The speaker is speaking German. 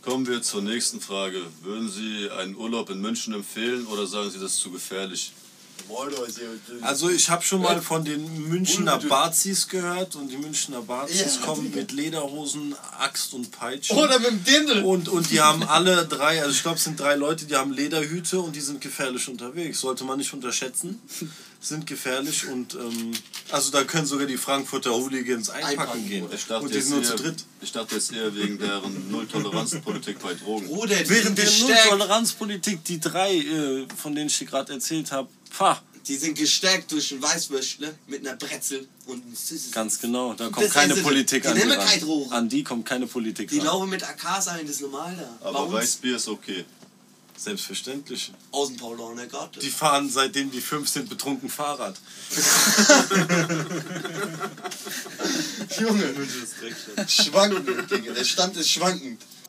Kommen wir zur nächsten Frage. Würden Sie einen Urlaub in München empfehlen oder sagen Sie, das ist zu gefährlich? Also ich habe schon mal von den Münchner Bazis gehört und die Münchner Bazis kommen mit Lederhosen, Axt und Peitsche. Oder mit dem Dirndl. Und die haben alle drei, also ich glaube es sind 3 Leute, die haben Lederhüte und die sind gefährlich unterwegs. Sollte man nicht unterschätzen. Sind gefährlich und also da können sogar die Frankfurter Hooligans einpacken gehen. Und die sind nur zu dritt. Ich dachte jetzt eher wegen deren Null-Toleranz-Politik bei Drogen. Bruder, Während der Null-Toleranz-Politik, die 3, von denen ich dir gerade erzählt habe, die sind gestärkt durch ein Weißwürstle mit einer Brezel und einem Süßes. Ganz genau, da kommt keine Politik an die ran. An die kommt keine Politik ran. Die ran. laufen mit AK sein, das ist normal da. Aber Weißbier ist okay. Selbstverständlich. Außen Paulaner Garten. Die fahren, seitdem die 5 sind, betrunken Fahrrad. Junge, schwankend, Digga. Der Stand ist schwankend.